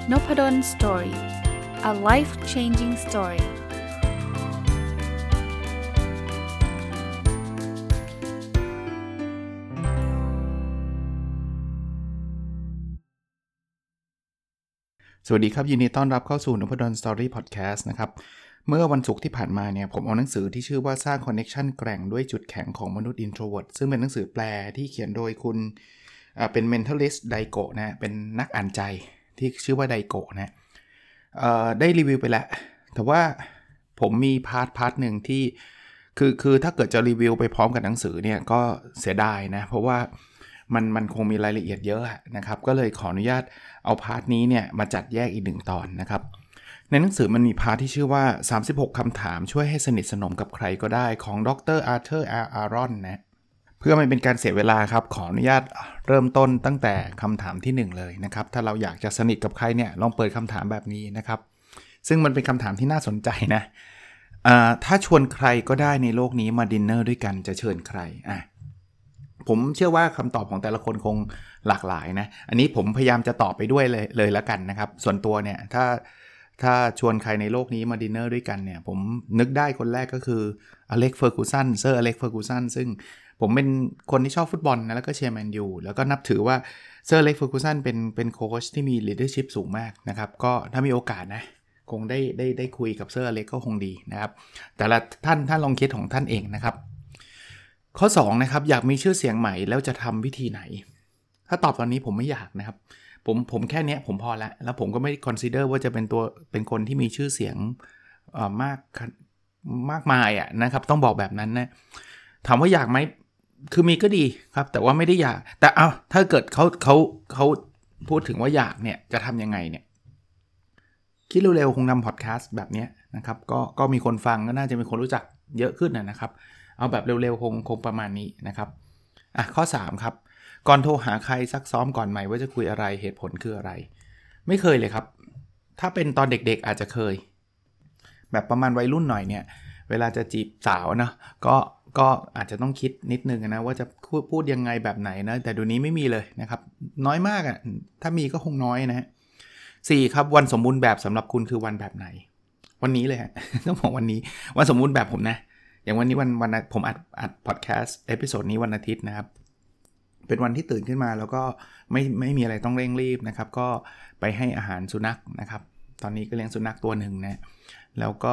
Nopadon Story. A life-changing story. สวัสดีครับยินดีต้อนรับเข้าสู่ Nopadon Story Podcast นะครับเมื่อวันศุกร์ที่ผ่านมาเนี่ยผมเอาหนังสือที่ชื่อว่าสร้างคอนเนคชั่นแกร่งด้วยจุดแข็งของมนุษย์ Introvert ซึ่งเป็นหนังสือแปลที่เขียนโดยคุณเป็น Mentalist ไดโกะนะเป็นนักอ่านใจที่ชื่อว่าไดโกะนะได้รีวิวไปแล้วแต่ว่าผมมีพาร์ทหนึ่งที่คือถ้าเกิดจะรีวิวไปพร้อมกับหนังสือเนี่ยก็เสียดายนะเพราะว่ามันคงมีรายละเอียดเยอะนะครับก็เลยขออนุญาตเอาพาร์ทนี้เนี่ยมาจัดแยกอีก1ตอนนะครับในหนังสือมันมีพาร์ทที่ชื่อว่า36คำถามช่วยให้สนิทสนมกับใครก็ได้ของดร. อาร์เธอร์ อารอนนะเพื่อไม่เป็นการเสียเวลาครับขออนุญาตเริ่มต้นตั้งแต่คำถามที่1เลยนะครับถ้าเราอยากจะสนิทกับใครเนี่ยลองเปิดคำถามแบบนี้นะครับซึ่งมันเป็นคำถามที่น่าสนใจนะถ้าชวนใครก็ได้ในโลกนี้มาดินเนอร์ด้วยกันจะเชิญใครผมเชื่อว่าคำตอบของแต่ละคนคงหลากหลายนะอันนี้ผมพยายามจะตอบไปด้วยเลยแล้วกันนะครับส่วนตัวเนี่ยถ้าชวนใครในโลกนี้มาดินเนอร์ด้วยกันเนี่ยผมนึกได้คนแรกก็คืออเล็กเฟอร์กูสันเซอร์อเล็กเฟอร์กูสันซึ่งผมเป็นคนที่ชอบฟุตบอลนะแล้วก็เชียร์แมนยูแล้วก็นับถือว่าเซอร์อเล็กเฟอร์กูสันเป็นโค้ชที่มี leadership สูงมากนะครับก็ถ้ามีโอกาสนะคงได้คุยกับเซอร์อเล็กก็คงดีนะครับแต่ละท่านลองคิดของท่านเองนะครับข้อ2นะครับอยากมีชื่อเสียงใหม่แล้วจะทำวิธีไหนถ้าตอบตอนนี้ผมไม่อยากนะครับผมแค่นี้ผมพอแล้วผมก็ไม่ consider ว่าจะเป็นคนที่มีชื่อเสียงมากมายนะครับต้องบอกแบบนั้นนะถามว่าอยากไหมคือมีก็ดีครับแต่ว่าไม่ได้อยากแต่ถ้าเกิดเขาพูดถึงว่าอยากเนี่ยจะทำยังไงเนี่ยคิดเร็วๆคงนำพอดแคสต์แบบนี้นะครับก็มีคนฟังก็น่าจะมีคนรู้จักเยอะขึ้นนะครับเอาแบบเร็วๆคงประมาณนี้นะครับข้อ3ครับก่อนโทรหาใครซักซ้อมก่อนไหมว่าจะคุยอะไรเหตุผลคืออะไรไม่เคยเลยครับถ้าเป็นตอนเด็กๆอาจจะเคยแบบประมาณวัยรุ่นหน่อยเนี่ยเวลาจะจีบสาวนะก็อาจจะต้องคิดนิดนึงนะว่าจะพูดยังไงแบบไหนนะแต่เดี๋ยวนี้ไม่มีเลยนะครับน้อยมากถ้ามีก็คงน้อยนะฮะ4ครับวันสมบูรณ์แบบสำหรับคุณคือวันแบบไหนวันนี้เลยฮะต้องบอกวันนี้วันสมบูรณ์แบบผมนะอย่างวันนี้วันผมอัดพอดแคสต์เอพิโซดนี้วันอาทิตย์นะครับเป็นวันที่ตื่นขึ้นมาแล้วก็ไม่มีอะไรต้องเร่งรีบนะครับก็ไปให้อาหารสุนัขนะครับตอนนี้ก็เลี้ยงสุนัขตัวหนึ่งนะแล้วก็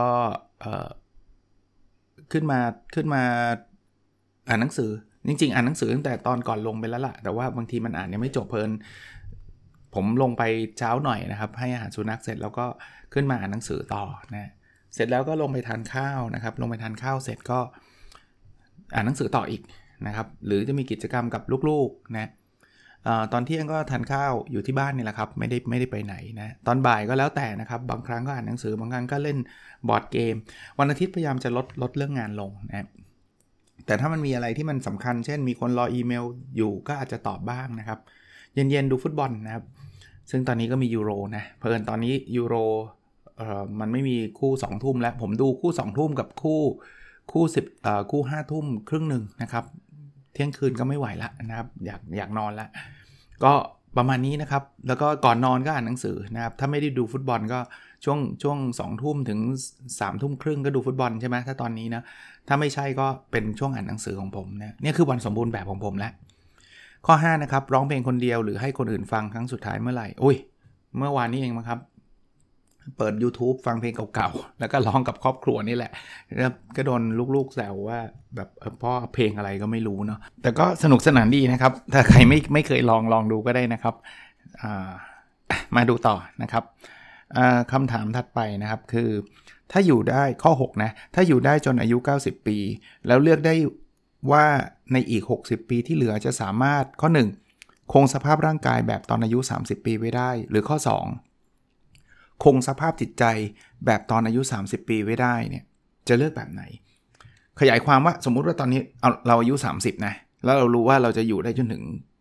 ขึ้นมาอ่านหนังสือจริงๆอ่านหนังสือตั้งแต่ตอนก่อนลงไปแล้วล่ะแต่ว่าบางทีมันอ่านยังไม่จบเพลินผมลงไปเช้าหน่อยนะครับให้อาหารสุนัขเสร็จแล้วก็ขึ้นมาอ่านหนังสือต่อนะเสร็จแล้วก็ลงไปทานข้าวนะครับลงไปทานข้าวเสร็จก็อ่านหนังสือต่ออีกนะครับหรือจะมีกิจกรรมกับลูกๆนะตอนเที่ยงก็ทานข้าวอยู่ที่บ้านนี่แหละครับไม่ได้ไปไหนนะตอนบ่ายก็แล้วแต่นะครับบางครั้งก็อ่านหนังสือบางครั้งก็เล่นบอร์ดเกมวันอาทิตย์พยายามจะลดเรื่องงานลงนะแต่ถ้ามันมีอะไรที่มันสำคัญเช่นมีคนรออีเมลอยู่ก็อาจจะตอบบ้างนะครับเย็นๆดูฟุตบอลนะครับซึ่งตอนนี้ก็มียูโรนะเพิ่นตอนนี้ยูโรมันไม่มีคู่ 2 ทุ่มแล้วผมดูคู่ 2 ทุ่มกับคู่10คู่ 5 ทุ่มครึ่งนึงนะครับเที่ยงคืนก็ไม่ไหวละนะครับอยากนอนละก็ประมาณนี้นะครับแล้วก็ก่อนนอนก็อ่านหนังสือนะครับถ้าไม่ได้ดูฟุตบอลก็ช่วง2 ทุ่มถึง3 ทุ่มครึ่งก็ดูฟุตบอลใช่ไหมถ้าตอนนี้นะถ้าไม่ใช่ก็เป็นช่วงอ่านหนังสือของผมนะนี่คือวันสมบูรณ์แบบของผมแล้วข้อ5นะครับร้องเพลงคนเดียวหรือให้คนอื่นฟังครั้งสุดท้ายเมื่อไหร่เมื่อวานนี้เองมั้งครับเปิด YouTube ฟังเพลงเก่าๆแล้วก็ร้องกับครอบครัวนี่แหละแล้วก็โดนลูกๆแซวว่าแบบพ่อเพลงอะไรก็ไม่รู้เนาะแต่ก็สนุกสนานดีนะครับถ้าใครไม่เคยลองดูก็ได้นะครับมาดูต่อนะครับคำถามถัดไปนะครับคือถ้าอยู่ได้ข้อ6นะถ้าอยู่ได้จนอายุ90ปีแล้วเลือกได้ว่าในอีก60ปีที่เหลือจะสามารถข้อ1คงสภาพร่างกายแบบตอนอายุ30ปีไว้ได้หรือข้อ2คงสภาพจิตใจแบบตอนอายุ30ปีไว้ได้เนี่ยจะเลือกแบบไหนขยายความว่าสมมุติว่าตอนนี้เราอายุ30นะแล้วเรารู้ว่าเราจะอยู่ได้จนถึง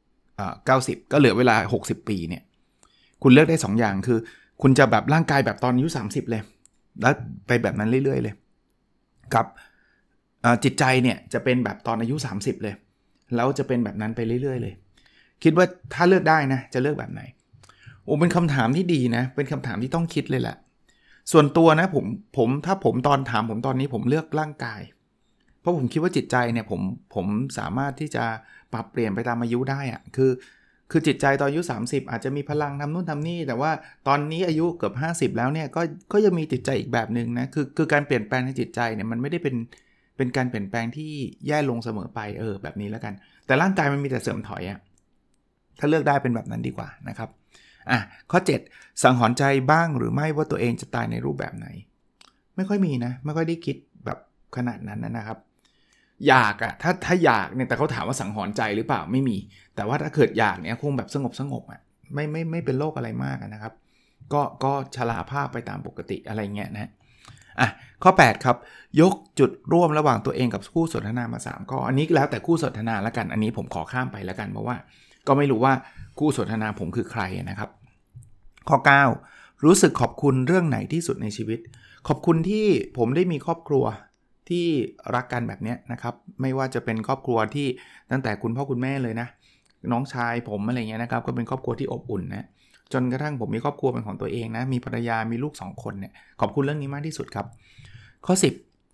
90ก็เหลือเวลา60ปีเนี่ยคุณเลือกได้2อย่างคือคุณจะแบบร่างกายแบบตอนอายุ30เลยแล้วไปแบบนั้นเรื่อยๆเลยกับจิตใจเนี่ยจะเป็นแบบตอนอายุ30เลยแล้วจะเป็นแบบนั้นไปเรื่อยๆเลยคิดว่าถ้าเลือกได้นะจะเลือกแบบไหนโอ้เป็นคำถามที่ดีนะเป็นคำถามที่ต้องคิดเลยแหละส่วนตัวนะผมถ้าผมตอนถามผมตอนนี้ผมเลือกร่างกายเพราะผมคิดว่าจิตใจเนี่ยผมสามารถที่จะปรับเปลี่ยนไปตามอายุได้อะคือจิตใจตอนอายุ30อาจจะมีพลังทำนู่นทำนี่แต่ว่าตอนนี้อายุเกือบ50แล้วเนี่ยก็ยังมีจิตใจอีกแบบนึงนะคือการเปลี่ยนแปลงในจิตใจเนี่ยมันไม่ได้เป็นการเปลี่ยนแปลงที่แย่ลงเสมอไปแบบนี้แล้วกันแต่ร่างกายมันมีแต่เสื่อมถอยอะถ้าเลือกได้เป็นแบบนั้นดีกว่านะครับข้อ7สังหรณ์ใจบ้างหรือไม่ว่าตัวเองจะตายในรูปแบบไหนไม่ค่อยมีนะไม่ค่อยได้คิดแบบขนาดนั้นนะครับอยากอะถ้าอยากเนี่ยแต่เขาถามว่าสังหรณ์ใจหรือเปล่าไม่มีแต่ว่าถ้าเกิดอยากเนี่ยคงแบบสงบอะไม่เป็นโรคอะไรมากนะครับก็ชราภาพไปตามปกติอะไรเงี้ยนะข้อ8ครับยกจุดร่วมระหว่างตัวเองกับคู่สนทนามา3ข้ออันนี้แล้วแต่คู่สนทนาแล้วกันอันนี้ผมขอข้ามไปแล้วกันเพราะว่าก็ไม่รู้ว่าคู่สนทนาผมคือใครนะครับข้อ9รู้สึกขอบคุณเรื่องไหนที่สุดในชีวิตขอบคุณที่ผมได้มีครอบครัวที่รักกันแบบนี้นะครับไม่ว่าจะเป็นครอบครัวที่ตั้งแต่คุณพ่อคุณแม่เลยนะน้องชายผมอะไรเงี้ยนะครับก็เป็นครอบครัวที่อบอุ่นนะจนกระทั่งผมมีครอบครัวเป็นของตัวเองนะมีภรรยามีลูก2คนเนี่ยขอบคุณเรื่องนี้มากที่สุดครับข้อ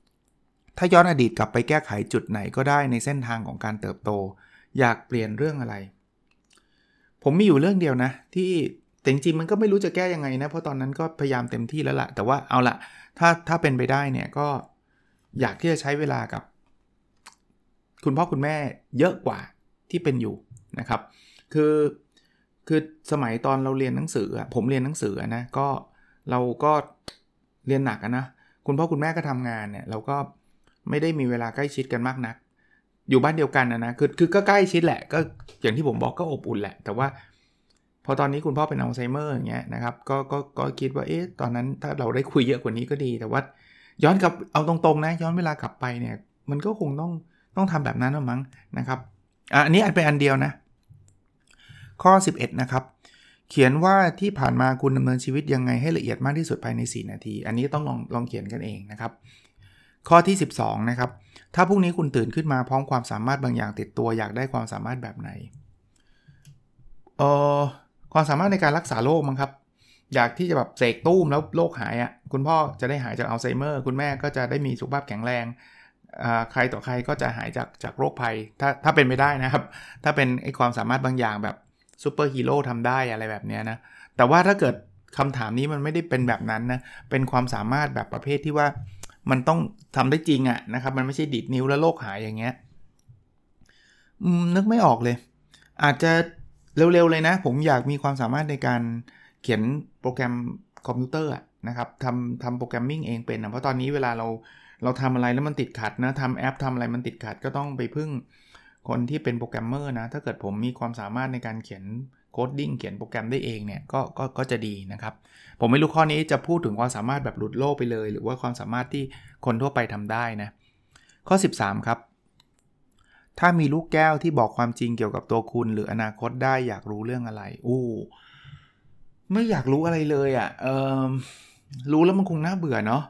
10ถ้าย้อนอดีตกลับไปแก้ไขจุดไหนก็ได้ในเส้นทางของการเติบโตอยากเปลี่ยนเรื่องอะไรผมมีอยู่เรื่องเดียวนะที่แต่จริงๆมันก็ไม่รู้จะแก้ยังไงนะเพราะตอนนั้นก็พยายามเต็มที่แล้วล่ะแต่ว่าเอาละถ้าเป็นไปได้เนี่ยก็อยากที่จะใช้เวลากับคุณพ่อคุณแม่เยอะกว่าที่เป็นอยู่นะครับคือสมัยตอนเราเรียนหนังสือผมเรียนหนังสือนะก็เราก็เรียนหนักนะคุณพ่อคุณแม่ก็ทำงานเนี่ยเราก็ไม่ได้มีเวลาใกล้ชิดกันมากนักอยู่บ้านเดียวกันนะคือก็ใกล้ชิดแหละก็อย่างที่ผมบอกก็อบอุ่นแหละแต่ว่าพอตอนนี้คุณพ่อเป็นอัลไซเมอร์อย่างเงี้ยนะครับก็คิดว่าตอนนั้นถ้าเราได้คุยเยอะกว่านี้ก็ดีแต่ว่าย้อนกลับเอาตรงๆนะย้อนเวลากลับไปเนี่ยมันก็คงต้องทำแบบนั้นมั้งนะครับอันนี้เป็นอันเดียวนะข้อ11นะครับเขียนว่าที่ผ่านมาคุณดำเนินชีวิตยังไงให้ละเอียดมากที่สุดภายใน4นาทีอันนี้ต้องลองเขียนกันเองนะครับข้อที่12นะครับถ้าพรุ่งนี้คุณตื่นขึ้นมาพร้อมความสามารถบางอย่างติดตัวอยากได้ความสามารถแบบไหนความสามารถในการรักษาโรคมั้งครับอยากที่จะแบบเสกตุ้มแล้วโรคหายคุณพ่อจะได้หายจากอัลไซเมอร์คุณแม่ก็จะได้มีสุขภาพแข็งแรงใครต่อใครก็จะหายจากโรคภัยถ้าเป็นไม่ได้นะครับถ้าเป็นความสามารถบางอย่างแบบซูเปอร์ฮีโร่ทำได้อะไรแบบนี้นะแต่ว่าถ้าเกิดคำถามนี้มันไม่ได้เป็นแบบนั้นนะเป็นความสามารถแบบประเภทที่ว่ามันต้องทำได้จริงนะครับมันไม่ใช่ดีดนิ้วแล้วโรคหายอย่างเงี้ยนึกไม่ออกเลยอาจจะเร็วๆเลยนะผมอยากมีความสามารถในการเขียนโปรแกรมคอมพิวเตอร์นะครับทำโปรแกรมมิ่งเองเป็นนะเพราะตอนนี้เวลาเราทำอะไรแล้วมันติดขัดนะทำแอปทำอะไรมันติดขัดก็ต้องไปพึ่งคนที่เป็นโปรแกรมเมอร์นะถ้าเกิดผมมีความสามารถในการเขียนโคดดิ้งเขียนโปรแกรมได้เองเนี่ยก็จะดีนะครับผมไม่รู้ข้อนี้จะพูดถึงความสามารถแบบหลุดโลกไปเลยหรือว่าความสามารถที่คนทั่วไปทำได้นะข้อ13ครับถ้ามีลูกแก้วที่บอกความจริงเกี่ยวกับตัวคุณหรืออนาคตได้อยากรู้เรื่องอะไรไม่อยากรู้อะไรเลยรู้แล้วมันคงน่าเบื่อเนาะ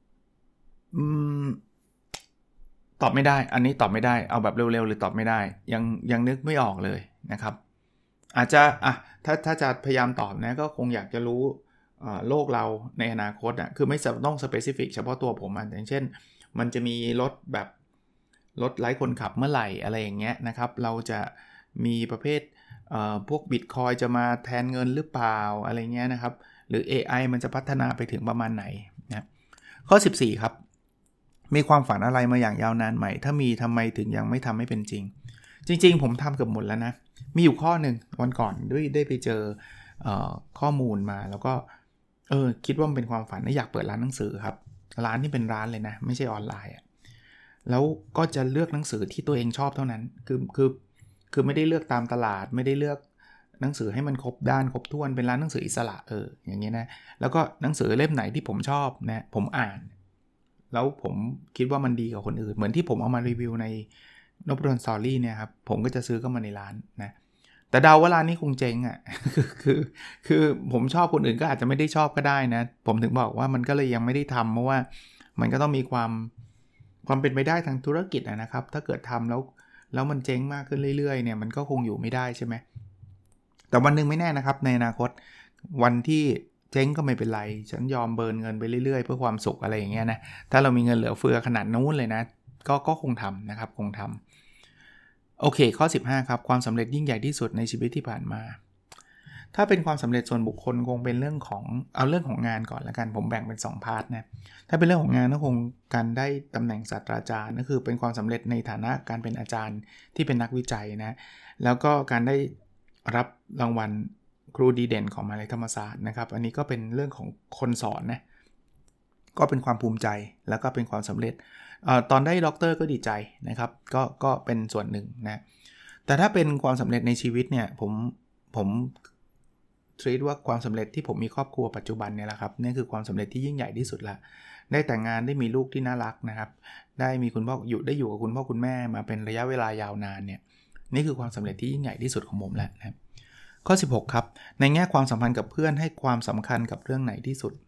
ตอบไม่ได้อันนี้ตอบไม่ได้เอาแบบเร็วๆเลยตอบไม่ได้ยังนึกไม่ออกเลยนะครับอาจจะถ้าจะพยายามตอบนะก็คงอยากจะรู้โลกเราในอนาคตคือไม่ต้องสเปซิฟิกเฉพาะตัวผมอย่างเช่นมันจะมีรถไร้คนขับเมื่อไหร่อะไรอย่างเงี้ยนะครับเราจะมีประเภทพวก Bitcoin จะมาแทนเงินหรือเปล่าอะไรเงี้ยนะครับหรือ AI มันจะพัฒนาไปถึงประมาณไหนนะข้อ14ครับมีความฝันอะไรมาอย่างยาวนานใหม่ถ้ามีทำไมถึงยังไม่ทำให้เป็นจริงจริงๆผมทำเกือบหมดแล้วนะมีอยู่ข้อหนึ่งวันก่อนได้ไปเจอข้อมูลมาแล้วก็คิดว่ามันเป็นความฝันอยากเปิดร้านหนังสือครับร้านที่เป็นร้านเลยนะไม่ใช่ออนไลน์แล้วก็จะเลือกหนังสือที่ตัวเองชอบเท่านั้นคือไม่ได้เลือกตามตลาดไม่ได้เลือกหนังสือให้มันครบด้านครบถ้วนเป็นร้านหนังสืออิสระอย่างเงี้ยนะแล้วก็หนังสือเล่มไหนที่ผมชอบนะผมอ่านแล้วผมคิดว่ามันดีกว่าคนอื่นเหมือนที่ผมเอามารีวิวในนพดลสตอรี่เนี่ยครับผมก็จะซื้อเข้ามาในร้านนะแต่เดาว่าร้านนี้คงเจ๊งคือผมชอบคนอื่นก็อาจจะไม่ได้ชอบก็ได้นะผมถึงบอกว่ามันก็เลยยังไม่ได้ทำเพราะว่ามันก็ต้องมีความเป็นไปได้ทางธุรกิจนะครับถ้าเกิดทำแล้วมันเจ๊งมากขึ้นเรื่อยๆเนี่ยมันก็คงอยู่ไม่ได้ใช่ไหมแต่วันนึงไม่แน่นะครับในอนาคตวันที่เจ๊งก็ไม่เป็นไรฉันยอมเบิร์นเงินไปเรื่อยๆเพื่อความสุขอะไรอย่างเงี้ยนะถ้าเรามีเงินเหลือเฟือขนาดนู้นเลยนะก็คงทำนะครับคงทำโอเคข้อ15ครับความสำเร็จยิ่งใหญ่ที่สุดในชีวิตที่ผ่านมาถ้าเป็นความสำเร็จส่วนบุคคลคงเป็นเรื่องของเอาเรื่องของงานก่อนละกันผมแบ่งเป็น2พาร์ทนะถ้าเป็นเรื่องของงานก็คงการได้ตำแหน่งศาสตราจารย์ก็คือเป็นความสำเร็จในฐานะการเป็นอาจารย์ที่เป็นนักวิจัยนะแล้วก็การได้รับรางวัลครูดีเด่นของมหาวิทยาลัยธรรมศาสตร์นะครับอันนี้ก็เป็นเรื่องของคนสอนนะก็เป็นความภูมิใจแล้วก็เป็นความสำเร็จตอนได้ด็อกเตอร์ก็ดีใจนะครับก็เป็นส่วนหนึ่งนะแต่ถ้าเป็นความสำเร็จในชีวิตเนี่ยผมtreat ว่าความสำเร็จที่ผมมีครอบครัวปัจจุบันเนี่ยแหละครับนี่คือความสำเร็จที่ยิ่งใหญ่ที่สุดละได้แต่งงานได้มีลูกที่น่ารักนะครับได้มีคุณพ่ออยู่กับคุณพ่อคุณแม่มาเป็นระยะเวลายาวนานเนี่ยนี่คือความสำเร็จที่ยิ่งใหญ่ที่สุดของผมแล้วนะครับข้อ16ครับในแง่ความสัมพันธ์กับเพื่อนให้ความสำคัญกับเรื่องไหนที่สุด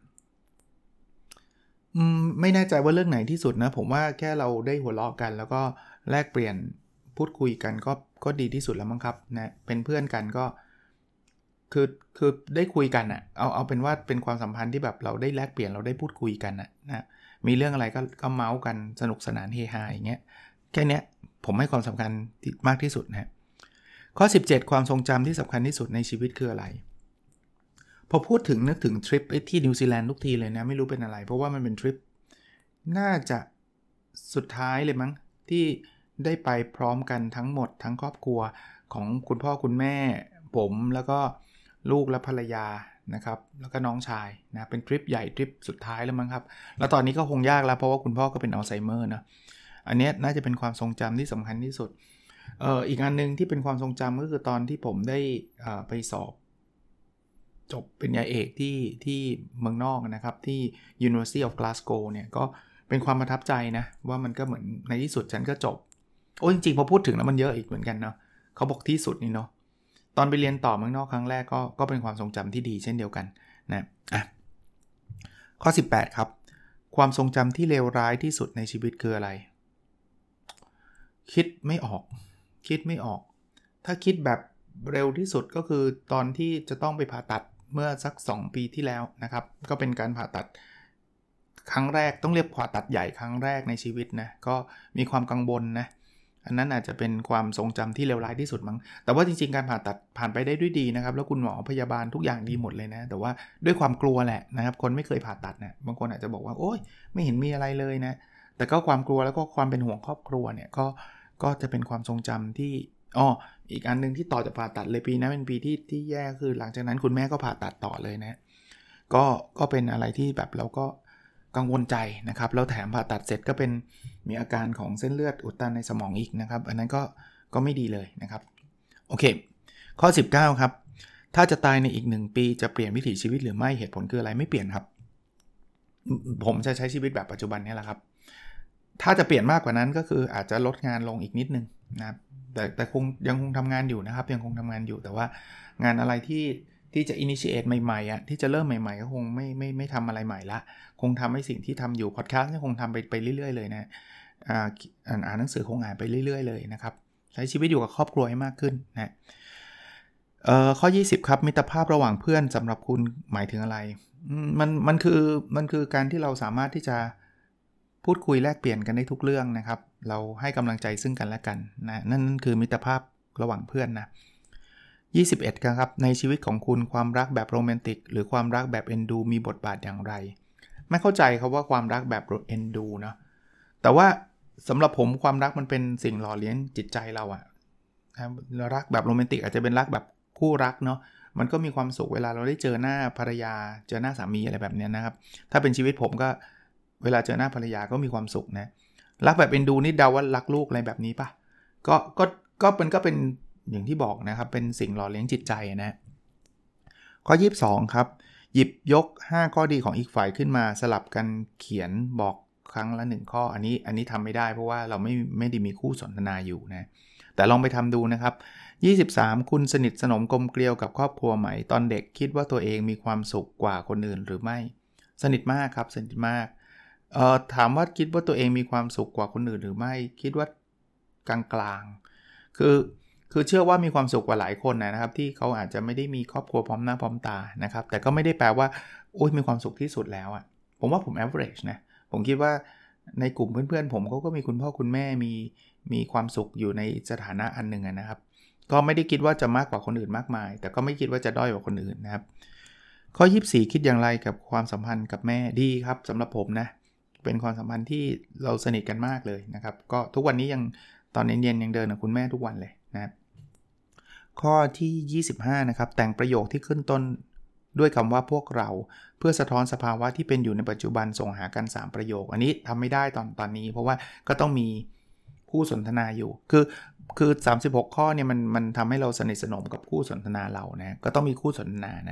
ไม่แน่ใจว่าเรื่องไหนที่สุดนะผมว่าแค่เราได้หัวเราะกันแล้วก็แลกเปลี่ยนพูดคุยกันก็ดีที่สุดแล้วมั้งครับนะเป็นเพื่อนกันก็คือได้คุยกันอ่ะเอาเป็นว่าเป็นความสัมพันธ์ที่แบบเราได้แลกเปลี่ยนเราได้พูดคุยกันนะมีเรื่องอะไรก็เมาส์กันสนุกสนานเฮฮาอย่างเงี้ยแค่เนี้ยผมให้ความสำคัญมากที่สุดนะข้อ17ความทรงจำที่สำคัญที่สุดในชีวิตคืออะไรพอพูดถึงนึกถึงทริปที่นิวซีแลนด์ทุกทีเลยนะไม่รู้เป็นอะไรเพราะว่ามันเป็นทริปน่าจะสุดท้ายเลยมั้งที่ได้ไปพร้อมกันทั้งหมดทั้งครอบครัวของคุณพ่อคุณแม่ผมแล้วก็ลูกและภรรยานะครับแล้วก็น้องชายนะเป็นทริปใหญ่ทริปสุดท้ายแล้วมั้งครับแล้วตอนนี้ก็คงยากแล้วเพราะว่าคุณพ่อก็เป็นอัลไซเมอร์นะอันนี้น่าจะเป็นความทรงจำที่สำคัญที่สุดอีกอันนึงที่เป็นความทรงจำก็คือตอนที่ผมได้ไปสอบจบปริญญาเอกที่เมืองนอกนะครับที่ University of Glasgow เนี่ยก็เป็นความประทับใจนะว่ามันก็เหมือนในที่สุดฉันก็จบโอ้จริงๆพอพูดถึงแล้วมันเยอะอีกเหมือนกันเนาะเขาบอกที่สุดนี่เนาะตอนไปเรียนต่อเมืองนอกครั้งแรกก็เป็นความทรงจำที่ดีเช่นเดียวกันนะข้อ18ครับความทรงจำที่เลวร้ายที่สุดในชีวิตคืออะไรคิดไม่ออกถ้าคิดแบบเร็วที่สุดก็คือตอนที่จะต้องไปผ่าตัดเมื่อสัก2ปีที่แล้วนะครับก็เป็นการผ่าตัดครั้งแรกต้องเรียกผ่าตัดใหญ่ครั้งแรกในชีวิตนะก็มีความกังวลนะอันนั้นอาจจะเป็นความทรงจำที่เลวร้ายที่สุดมั้งแต่ว่าจริงๆการผ่าตัดผ่านไปได้ด้วยดีนะครับแล้วคุณหมอพยาบาลทุกอย่างดีหมดเลยนะแต่ว่าด้วยความกลัวแหละนะครับคนไม่เคยผ่าตัดนะบางคนอาจจะบอกว่าโอ๊ยไม่เห็นมีอะไรเลยนะแต่ก็ความกลัวแล้วก็ความเป็นห่วงครอบครัวเนี่ยก็จะเป็นความทรงจำที่อีกอันนึงที่ต่อจากผ่าตัดเลยปีนั้นเป็นปีที่แย่คือหลังจากนั้นคุณแม่ก็ผ่าตัดต่อเลยนะก็เป็นอะไรที่แบบเราก็กังวลใจนะครับแล้วแถมผ่าตัดเสร็จก็เป็นมีอาการของเส้นเลือดอุดตันในสมองอีกนะครับอันนั้นก็ไม่ดีเลยนะครับโอเคข้อ19ครับถ้าจะตายในอีก1ปีจะเปลี่ยนวิถีชีวิตหรือไม่เหตุผลคืออะไรไม่เปลี่ยนครับผมจะใช้ชีวิตแบบปัจจุบันนี่แหละครับถ้าจะเปลี่ยนมากกว่านั้นก็คืออาจจะลดงานลงอีกนิดนึงนะครับแต่ยังคงทำงานอยู่นะครับยังคงทำงานอยู่แต่ว่างานอะไรที่จะ initiate ใหม่ๆที่จะเริ่มใหม่ๆก็คงไม่ทำอะไรใหม่ละคงทำให้สิ่งที่ทำอยู่พอดแคสต์คงทำไปเรื่อยๆเลยนะอ่านหนังสือคงอ่านไปเรื่อยๆเลยนะครับใช้ชีวิตอยู่กับครอบครัวให้มากขึ้นนะข้อ20ครับมิตรภาพระหว่างเพื่อนสำหรับคุณหมายถึงอะไรมันคือการที่เราสามารถที่จะพูดคุยแลกเปลี่ยนกันได้ทุกเรื่องนะครับเราให้กำลังใจซึ่งกันและกันนะนั่นคือมิตรภาพระหว่างเพื่อนนะ21ครับในชีวิตของคุณความรักแบบโรแมนติกหรือความรักแบบเอ็นดูมีบทบาทอย่างไรไม่เข้าใจครับว่าความรักแบบเอ็นดูนะแต่ว่าสำหรับผมความรักมันเป็นสิ่งหล่อเลี้ยงจิตใจเราอะรักแบบโรแมนติกอาจจะเป็นรักแบบคู่รักเนาะมันก็มีความสุขเวลาเราได้เจอหน้าภรรยาเจอหน้าสามีอะไรแบบนี้นะครับถ้าเป็นชีวิตผมก็เวลาเจอหน้าภรรยาก็มีความสุขนะรักแบบเอ็นดูนี่เดาว่ารักลูกอะไรแบบนี้ป่ะก็เป็นอย่างที่บอกนะครับเป็นสิ่งหล่อเลี้ยงจิตใจนะข้อ22ครับหยิบยก5ข้อดีของอีกฝ่ายขึ้นมาสลับกันเขียนบอกครั้งละ1ข้ออันนี้ทำไม่ได้เพราะว่าเราไม่ได้มีคู่สนทนาอยู่นะแต่ลองไปทำดูนะครับ23คุณสนิทสนมกลมเกลียวกับครอบครัวไหมตอนเด็กคิดว่าตัวเองมีความสุขกว่าคนอื่นหรือไม่สนิทมากครับสนิทมากถามว่าคิดว่าตัวเองมีความสุขกว่าคนอื่นหรือไม่คิดว่ากลางๆคือคือเชื่อว่ามีความสุขกว่าหลายคนนะครับที่เขาอาจจะไม่ได้มีครอบครัวพร้อมหน้าพร้อมตานะครับแต่ก็ไม่ได้แปลว่าโอ้ยมีความสุขที่สุดแล้วอ่ะผมว่าผม average นะผมคิดว่าในกลุ่มเพื่อนๆผมเขาก็มีคุณพ่อคุณแม่มีความสุขอยู่ในสถานะอันนึงนะครับก็ไม่ได้คิดว่าจะมากกว่าคนอื่นมากมายแต่ก็ไม่คิดว่าจะด้อยกว่าคนอื่นนะครับข้อ24คิดอย่างไรกับความสัมพันธ์กับแม่ดีครับสำหรับผมนะเป็นความสัมพันธ์ที่เราสนิทกันมากเลยนะครับก็ทุกวันนี้ยังตอนเย็นๆยังเดินกับคุณแม่ทุกวันเลยนะครับข้อที่25นะครับแต่งประโยคที่ขึ้นต้นด้วยคำว่าพวกเราเพื่อสะท้อนสภาวะที่เป็นอยู่ในปัจจุบันส่งหากัน3ประโยคอันนี้ทำไม่ได้ตอนนี้เพราะว่าก็ต้องมีคู่สนทนาอยู่คือ36ข้อเนี่ยมันทำให้เราสนิทสนมกับคู่สนทนาเรานะก็ต้องมีคู่สนทนานะ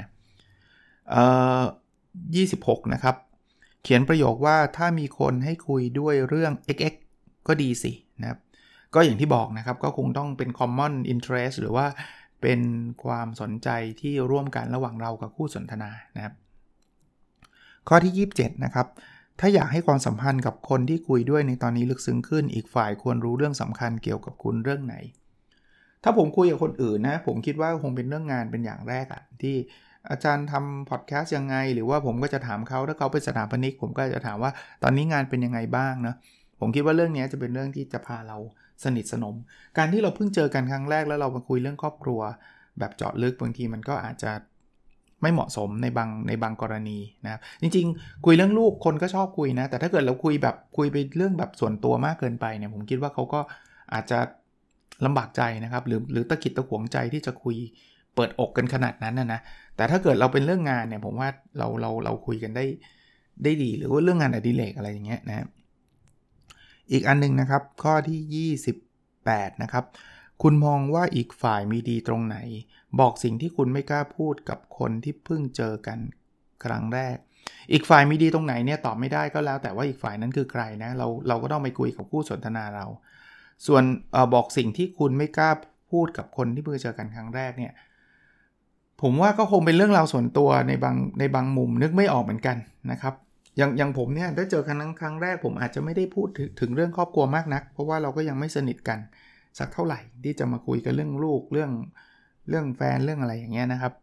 26นะครับเขียนประโยคว่าถ้ามีคนให้คุยด้วยเรื่อง XX ก็ดีสินะครับก็อย่างที่บอกนะครับก็คงต้องเป็น common interest หรือว่าเป็นความสนใจที่ร่วมกันระหว่างเรากับคู่สนทนานะครับข้อที่27นะครับถ้าอยากให้ความสัมพันธ์กับคนที่คุยด้วยในตอนนี้ลึกซึ้งขึ้นอีกฝ่ายควรรู้เรื่องสำคัญเกี่ยวกับคุณเรื่องไหนถ้าผมคุยกับคนอื่นนะผมคิดว่าคงเป็นเรื่องงานเป็นอย่างแรกอะที่อาจารย์ทำพอดแคสต์ยังไงหรือว่าผมก็จะถามเขาถ้าเขาเป็นสถาปนิกผมก็จะถามว่าตอนนี้งานเป็นยังไงบ้างนะผมคิดว่าเรื่องนี้จะเป็นเรื่องที่จะพาเราสนิทสนมการที่เราเพิ่งเจอกันครั้งแรกแล้วเรามาคุยเรื่องครอบครัวแบบเจาะลึกบางทีมันก็อาจจะไม่เหมาะสมในบางกรณีนะครับจริงๆคุยเรื่องลูกคนก็ชอบคุยนะแต่ถ้าเกิดเราคุยไปเรื่องแบบส่วนตัวมากเกินไปเนี่ยผมคิดว่าเขาก็อาจจะลำบากใจนะครับหรือตะขิดตะขวงใจที่จะคุยเปิดอกกันขนาดนั้นนะแต่ถ้าเกิดเราเป็นเรื่องงานเนี่ยผมว่าเราคุยกันได้ดีหรือว่าเรื่องงานอดิเรกอะไรอย่างเงี้ยนะอีกอันนึงนะครับข้อที่28นะครับคุณมองว่าอีกฝ่ายมีดีตรงไหนบอกสิ่งที่คุณไม่กล้าพูดกับคนที่เพิ่งเจอกันครั้งแรกอีกฝ่ายมีดีตรงไหนเนี่ยตอบไม่ได้ก็แล้วแต่ว่าอีกฝ่ายนั้นคือใครนะเราก็ต้องไปคุยกับคู่สนทนาเราส่วนบอกสิ่งที่คุณไม่กล้าพูดกับคนที่เพิ่งเจอกันครั้งแรกเนี่ยผมว่าก็คงเป็นเรื่องราวส่วนตัวในบางมุมนึกไม่ออกเหมือนกันนะครับอย่างผมเนี่ยได้เจอกันครั้งแรกผมอาจจะไม่ได้พูดถึงเรื่องครอบครัวมากนักเพราะว่าเราก็ยังไม่สนิทกันสักเท่าไหร่ที่จะมาคุยกันเรื่องลูกเรื่องแฟนเรื่องอะไรอย่างเงี้ยนะครับ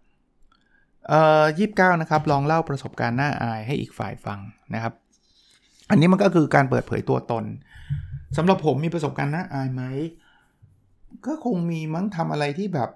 29นะครับลองเล่าประสบการณ์น่าอายให้อีกฝ่ายฟังนะครับอันนี้มันก็คือการเปิดเผยตัวตนสำหรับผมมีประสบการณ์น่าอายไหมก็คงมีมั้งทำอะไรที่แบบ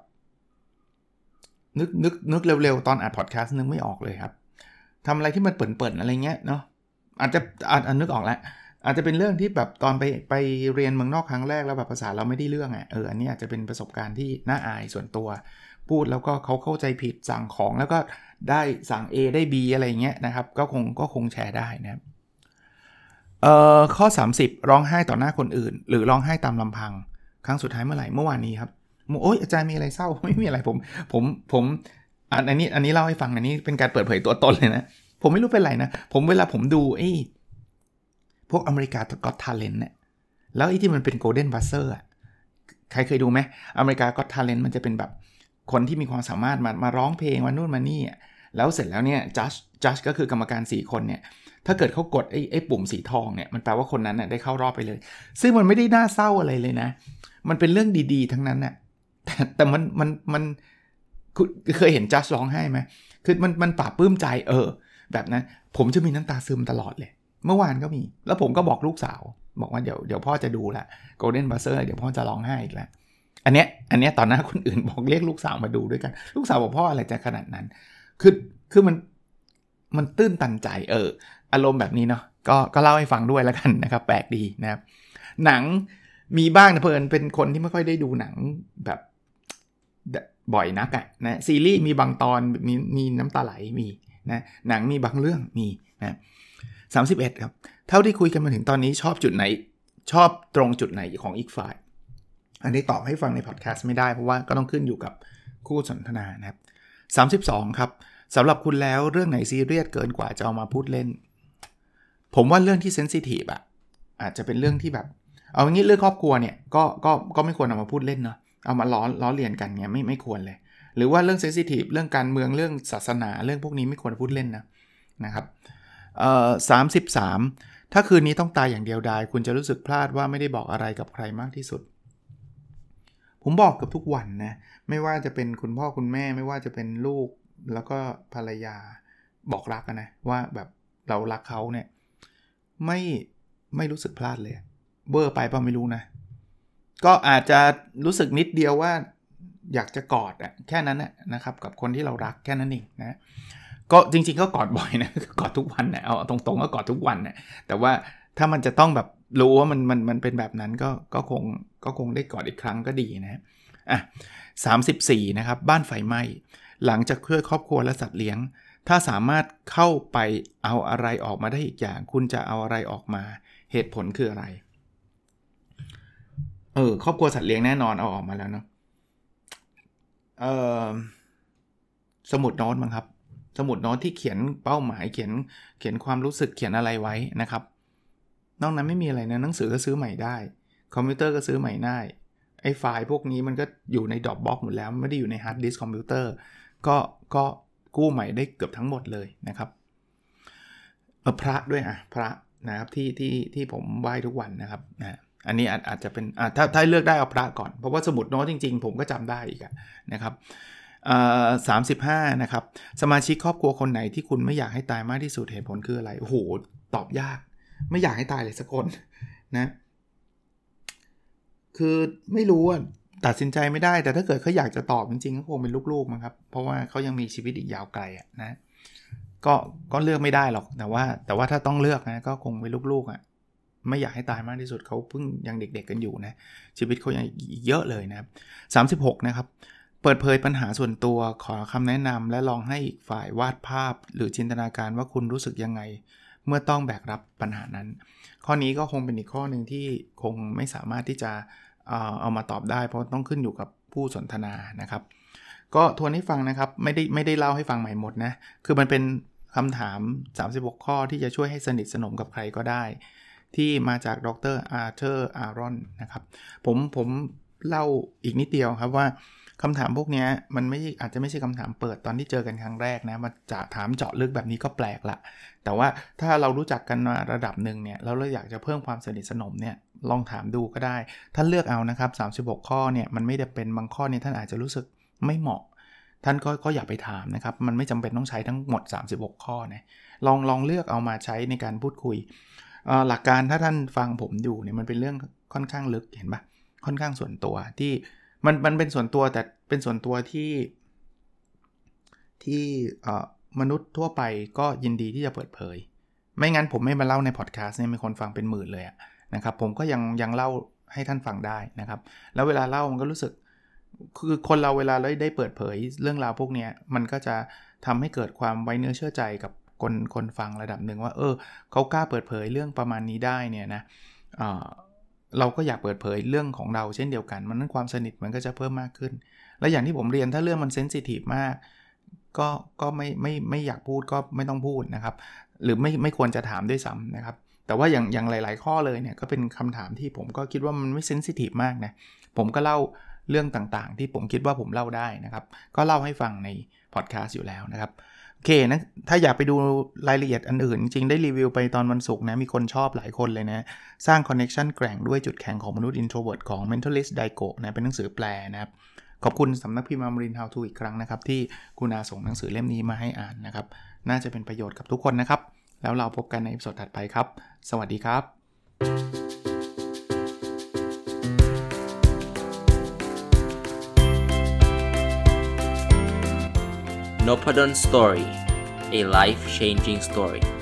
นึกเร็วๆตอนอัดพอดแคสต์นึกไม่ออกเลยครับทำอะไรที่มันเปิ่นๆอะไรเงี้ยเนาะอาจจะนึกออกแล้วอาจจะเป็นเรื่องที่แบบตอนไปเรียนเมืองนอกครั้งแรกแล้วแบบภาษาเราไม่ได้เรื่องอันนี้อาจจะเป็นประสบการณ์ที่น่าอายส่วนตัวพูดแล้วก็เขาเข้าใจผิดสั่งของแล้วก็ได้สั่ง A ได้ B อะไรเงี้ยนะครับก็คงแชร์ได้นะครับข้อ30ร้องไห้ต่อหน้าคนอื่นหรือร้องไห้ตามลำพังครั้งสุดท้ายเมื่อไหร่เมื่อวานนี้ครับโอ๊ยอาจารย์มีอะไรเศร้าไม่มีอะไรผมอันนี้เล่าให้ฟังอันนี้เป็นการเปิดเผยตัวตนเลยนะผมไม่รู้เป็นไรนะเวลาผมดูพวกอเมริกาก็อตทาเลนต์เนี่ยแล้วที่มันเป็นโกลเด้นบัสเซอร์อ่ะใครเคยดูไหมอเมริกาก็อตทาเลนต์มันจะเป็นแบบคนที่มีความสามารถมาร้องเพลงมานู่นมานี่แล้วเสร็จแล้วเนี่ยจัดก็คือกรรมการ4คนเนี่ยถ้าเกิดเขากดไอ้ปุ่มสีทองเนี่ยมันแปลว่าคนนั้นน่ะได้เข้ารอบไปเลยซึ่งมันไม่ได้น่าเศร้าอะไรเลยนะมันเป็นเรื่องดีๆทั้งนั้นน่ะแต่มันเคยเห็นจัดร้องไห้ไหมคือมันปลาบปลื้มใจแบบนั้นผมจะมีน้ำตาซึมตลอดเลยเมื่อวานก็มีแล้วผมก็บอกลูกสาวบอกว่าเดี๋ยวพ่อจะดูละ Golden Buzzer เดี๋ยวพ่อจะร้องไห้อีกแล้วอันเนี้ยตอนหน้าคนอื่นบอกเรียกลูกสาวมาดูด้วยกันลูกสาวบอกพ่ออะไรจะขนาดนั้นคือมันตื้นตันใจอารมณ์แบบนี้เนาะก็เล่าให้ฟังด้วยแล้วกันนะครับแปลกดีนะครับหนังมีบ้างนะเพื่อนเป็นคนที่ไม่ค่อยได้ดูหนังแบบบ่อยนักนะซีรีส์มีบางตอนมีน้ำตาไหลมีนะหนังมีบางเรื่องมีนะ31ครับเท่าที่คุยกันมาถึงตอนนี้ชอบจุดไหนชอบตรงจุดไหนของอีกฝ่ายอันนี้ตอบให้ฟังในพอดแคสต์ไม่ได้เพราะว่าก็ต้องขึ้นอยู่กับคู่สนทนานะครับ32ครับสำหรับคุณแล้วเรื่องไหนซีเรียสเกินกว่าจะเอามาพูดเล่นผมว่าเรื่องที่เซนซิทีฟอาจจะเป็นเรื่องที่แบบเอางี้เรื่องครอบครัวเนี่ยก็ไม่ควรเอามาพูดเล่นเนาะเอามาล้อเลียนกันเนี่ยไม่ควรเลยหรือว่าเรื่องเซนซิทีฟเรื่องการเมืองเรื่องศาสนาเรื่องพวกนี้ไม่ควรพูดเล่นนะครับ33ถ้าคืนนี้ต้องตายอย่างเดียวดายคุณจะรู้สึกพลาดว่าไม่ได้บอกอะไรกับใครมากที่สุดผมบอกกับทุกวันนะไม่ว่าจะเป็นคุณพ่อคุณแม่ไม่ว่าจะเป็นลูกแล้วก็ภรรยาบอกรักกันนะว่าแบบเรารักเขาเนี่ยไม่รู้สึกพลาดเลยเบอร์ไปเปล่าไม่รู้นะก็อาจจะรู้สึกนิดเดียวว่าอยากจะกอดแค่นั้นนะครับกับคนที่เรารักแค่นั้นเองนะก็จริงๆก็กอดบ่อยนะกอดทุกวันนะเอาตรงๆก็กอดทุกวันนะแต่ว่าถ้ามันจะต้องแบบรู้ว่ามันเป็นแบบนั้นก็คงได้กอดอีกครั้งก็ดีนะ34นะครับบ้านไฟไหม้หลังจากช่วยครอบครัวและสัตว์เลี้ยงถ้าสามารถเข้าไปเอาอะไรออกมาได้อีกอย่างคุณจะเอาอะไรออกมาเหตุผลคืออะไรครอบครัวสัตว์เลี้ยงแน่นอนเอาออกมาแล้วเนาะสมุดโน้ตมั้งครับสมุดโน้ตที่เขียนเป้าหมายเขียนความรู้สึกเขียนอะไรไว้นะครับนอกนั้นไม่มีอะไรนะหนังสือก็ซื้อใหม่ได้คอมพิวเตอร์ก็ซื้อใหม่ได้ไอ้ไฟล์พวกนี้มันก็อยู่ใน Dropbox หมดแล้วไม่ได้อยู่ในฮาร์ดดิสก์คอมพิวเตอร์ก็กู้ใหม่ได้เกือบทั้งหมดเลยนะครับพระด้วยพระนะครับที่ผมไหว้ทุกวันนะครับนะอันนี้อาจจะเป็นถ้าเลือกได้เอาพระก่อนเพราะว่าสมุดโน้ตจริงๆผมก็จำได้อีกนะครับ35นะครับสมาชิกครอบครัวคนไหนที่คุณไม่อยากให้ตายมากที่สุดเหตุผลคืออะไรโอ้โหตอบยากไม่อยากให้ตายเลยสักคนนะคือไม่รู้ตัดสินใจไม่ได้แต่ถ้าเกิดเขาอยากจะตอบจริงๆก็คงเป็นลูกๆมั้งครับเพราะว่าเขายังมีชีวิตอีกยาวไกลนะก็เลือกไม่ได้หรอกแต่ว่าถ้าต้องเลือกนะก็คงเป็นลูกๆไม่อยากให้ตายมากที่สุดเขาเพิ่งยังเด็กๆกันอยู่นะชีวิตเขายังเยอะเลยนะครับ36นะครับเปิดเผยปัญหาส่วนตัวขอคำแนะนำและลองให้อีกฝ่ายวาดภาพหรือจินตนาการว่าคุณรู้สึกยังไงเมื่อต้องแบกรับปัญหานั้นข้อนี้ก็คงเป็นอีกข้อหนึ่งที่คงไม่สามารถที่จะเอามาตอบได้เพราะต้องขึ้นอยู่กับผู้สนทนานะครับก็ทวนให้ฟังนะครับไม่ได้เล่าให้ฟังใหม่หมดนะคือมันเป็นคำถาม36ข้อที่จะช่วยให้สนิทสนมกับใครก็ได้ที่มาจากดร.อาร์เธอร์ อารอนนะครับผมเล่าอีกนิดเดียวครับว่าคำถามพวกนี้มันอาจจะไม่ใช่คำถามเปิดตอนที่เจอกันครั้งแรกนะมาจะถามเจาะลึกแบบนี้ก็แปลกละแต่ว่าถ้าเรารู้จักกันมาระดับหนึ่งเนี่ยแล้วเราอยากจะเพิ่มความสนิทสนมเนี่ยลองถามดูก็ได้ท่านเลือกเอานะครับ36ข้อเนี่ยมันไม่ได้เป็นบางข้อเนี่ยท่านอาจจะรู้สึกไม่เหมาะท่านก็อย่าไปถามนะครับมันไม่จำเป็นต้องใช้ทั้งหมด36ข้อนะลองเลือกเอามาใช้ในการพูดคุยหลักการถ้าท่านฟังผมอยู่เนี่ยมันเป็นเรื่องค่อนข้างลึกเห็นปะค่อนข้างส่วนตัวที่มันเป็นส่วนตัวแต่เป็นส่วนตัวที่มนุษย์ทั่วไปก็ยินดีที่จะเปิดเผยไม่งั้นผมไม่มาเล่าในพอดแคสต์เนี่ยมีคนฟังเป็นหมื่นเลยนะครับผมก็ยังเล่าให้ท่านฟังได้นะครับแล้วเวลาเล่ามันก็รู้สึกคือคนเราเวลาได้เปิดเผยเรื่องราวพวกนี้มันก็จะทำให้เกิดความไว้เนื้อเชื่อใจกับคนฟังระดับหนึ่งว่าเขากล้าเปิดเผยเรื่องประมาณนี้ได้เนี่ยนะเราก็อยากเปิดเผยเรื่องของเราเช่นเดียวกันมันนั้นความสนิทมันก็จะเพิ่มมากขึ้นและอย่างที่ผมเรียนถ้าเรื่องมันเซนซิทีฟมากก็ไม่อยากพูดก็ไม่ต้องพูดนะครับหรือไม่ควรจะถามด้วยซ้ำนะครับแต่ว่าอย่างหลายๆข้อเลยเนี่ยก็เป็นคำถามที่ผมก็คิดว่ามันไม่เซนซิทีฟมากนะผมก็เล่าเรื่องต่างๆที่ผมคิดว่าผมเล่าได้นะครับก็เล่าให้ฟังในพอดแคสต์อยู่แล้วนะครับโอเคนะถ้าอยากไปดูรายละเอียดอันอื่นจริงๆได้รีวิวไปตอนวันศุกร์นะมีคนชอบหลายคนเลยนะสร้างคอนเนคชั่นแกร่งด้วยจุดแข็งของมนุษย์ introvert ของ Mentalist Daigo นะเป็นหนังสือแปลนะครับขอบคุณสำนักพิมพ์ Amarin How to อีกครั้งนะครับที่คุณอาส่งหนังสือเล่มนี้มาให้อ่านนะครับน่าจะเป็นประโยชน์กับทุกคนนะครับแล้วเราพบกันในอีพิโซดถัดไปครับสวัสดีครับ Nopadon Story, a life-changing story.